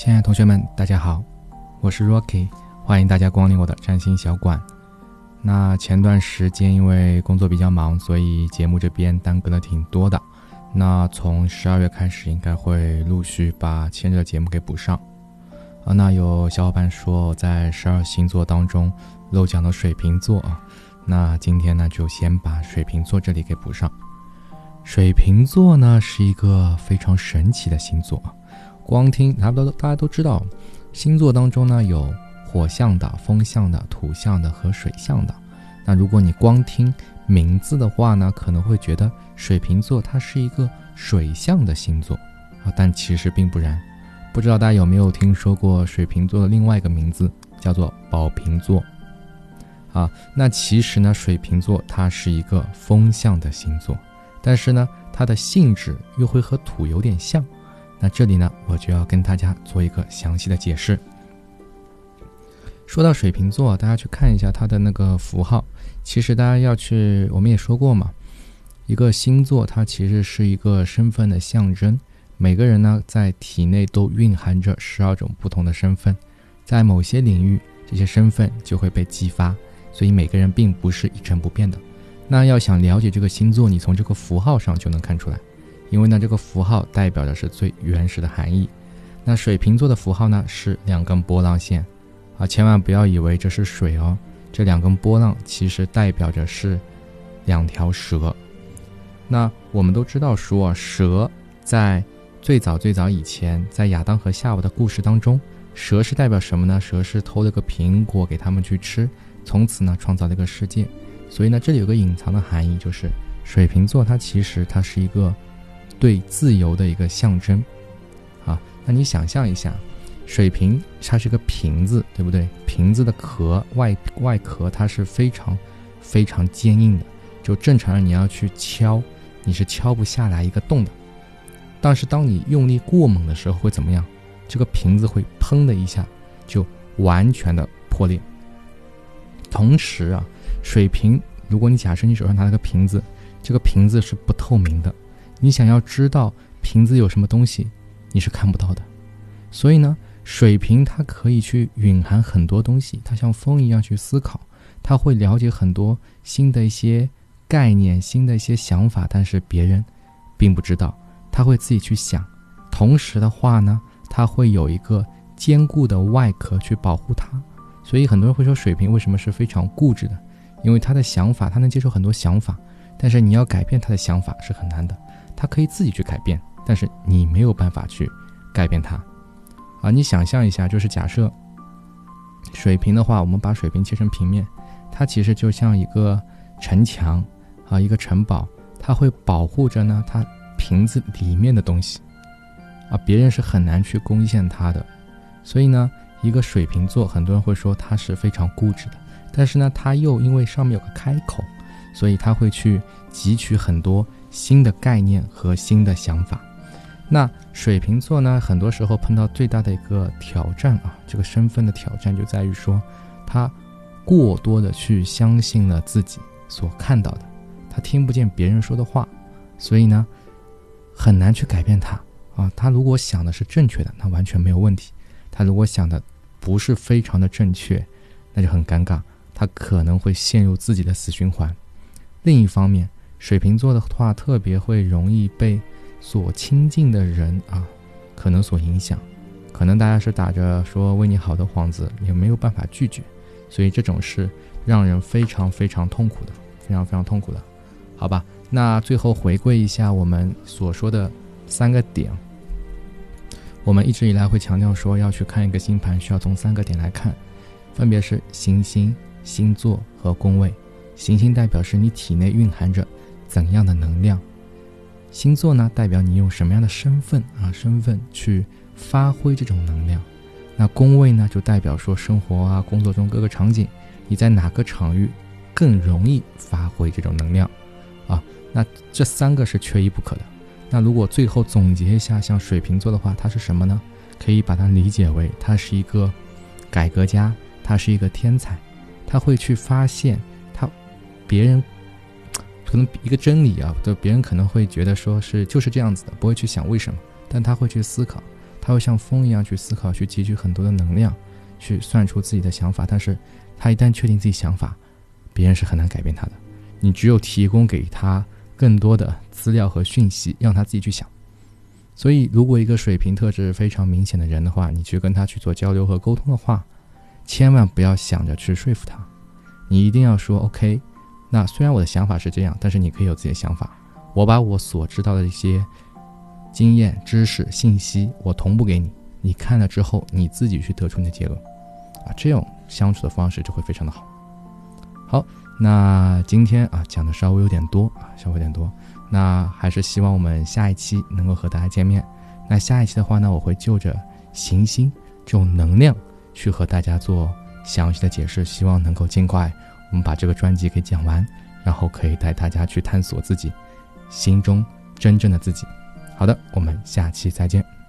亲爱的同学们，大家好，我是 Rocky， 欢迎大家光临我的占星小馆。那前段时间因为工作比较忙，所以节目这边耽搁了挺多的。那从12月开始应该会陆续把前热节目给补上。那有小伙伴说在12星座当中漏讲了水瓶座啊，那今天呢就先把水瓶座这里给补上。水瓶座呢是一个非常神奇的星座，光听大家都知道，星座当中呢有火象的、风象的、土象的和水象的。那如果你光听名字的话呢，可能会觉得水瓶座它是一个水象的星座但其实并不然。不知道大家有没有听说过水瓶座的另外一个名字叫做宝瓶座那其实呢，水瓶座它是一个风象的星座，但是呢它的性质又会和土有点像。那这里呢我就要跟大家做一个详细的解释。说到水瓶座，大家去看一下它的那个符号，其实大家要去，我们也说过嘛，一个星座它其实是一个身份的象征，每个人呢在体内都蕴含着12种不同的身份，在某些领域这些身份就会被激发，所以每个人并不是一成不变的。那要想了解这个星座，你从这个符号上就能看出来，因为呢这个符号代表的是最原始的含义。那水瓶座的符号呢是2根波浪线千万不要以为这是水哦，这2根波浪其实代表着是2条蛇。那我们都知道说蛇在最早以前，在亚当和夏娃的故事当中，蛇是代表什么呢？蛇是偷了个苹果给他们去吃，从此呢创造了一个世界。所以呢这里有个隐藏的含义，就是水瓶座它其实它是一个对自由的一个象征那你想象一下，水瓶它是个瓶子，对不对？瓶子的壳外壳它是非常非常坚硬的，就正常人你要去敲，你是敲不下来一个洞的。但是当你用力过猛的时候会怎么样？这个瓶子会砰的一下就完全的破裂。同时水瓶，如果你假设你手上拿了个瓶子，这个瓶子是不透明的，你想要知道瓶子有什么东西，你是看不到的。所以呢水瓶它可以去蕴含很多东西，它像风一样去思考，它会了解很多新的一些概念、新的一些想法，但是别人并不知道，它会自己去想。同时的话呢，它会有一个坚固的外壳去保护它。所以很多人会说水瓶为什么是非常固执的，因为他的想法，他能接受很多想法，但是你要改变他的想法是很难的。他可以自己去改变，但是你没有办法去改变他你想象一下，就是假设水瓶的话，我们把水瓶切成平面，它其实就像一个城墙一个城堡，它会保护着呢它瓶子里面的东西别人是很难去攻陷它的。所以呢一个水瓶座，很多人会说它是非常固执的，但是呢它又因为上面有个开口，所以它会去汲取很多新的概念和新的想法。那水瓶座呢，很多时候碰到最大的一个挑战这个身份的挑战就在于说，他过多的去相信了自己所看到的，他听不见别人说的话，所以呢很难去改变他他如果想的是正确的，那完全没有问题，他如果想的不是非常的正确，那就很尴尬，他可能会陷入自己的死循环。另一方面，水瓶座的话特别会容易被所亲近的人可能所影响，可能大家是打着说为你好的幌子，也没有办法拒绝，所以这种是让人非常非常痛苦的，非常非常痛苦的。好吧，那最后回归一下我们所说的3个点。我们一直以来会强调说，要去看一个星盘需要从3个点来看，分别是行星、星座和宫位。行星代表是你体内蕴含着怎样的能量，星座呢代表你用什么样的身份去发挥这种能量。那宫位呢就代表说生活工作中各个场景，你在哪个场域更容易发挥这种能量那这3个是缺一不可的。那如果最后总结一下，像水瓶座的话，它是什么呢？可以把它理解为它是一个改革家，他是一个天才，他会去发现别人可能一个真理别人可能会觉得说就是这样子的，不会去想为什么，但他会去思考， 他会像风一样去思考，去汲取很多的能量，去算出自己的想法。但是他一旦确定自己想法，别人是很难改变他的。你只有提供给他更多的资料和讯息，让他自己去想。所以如果一个水瓶特质非常明显的人的话，你去跟他去做交流和沟通的话，千万不要想着去说服他，你一定要说 OK， 那虽然我的想法是这样，但是你可以有自己的想法，我把我所知道的一些经验、知识、信息我同步给你，你看了之后你自己去得出你的结论这种相处的方式就会非常的好。好，那今天讲的稍微有点多那还是希望我们下一期能够和大家见面。那下一期的话呢，我会就着行星这种能量去和大家做详细的解释，希望能够尽快我们把这个专辑给讲完，然后可以带大家去探索自己心中真正的自己。好的，我们下期再见。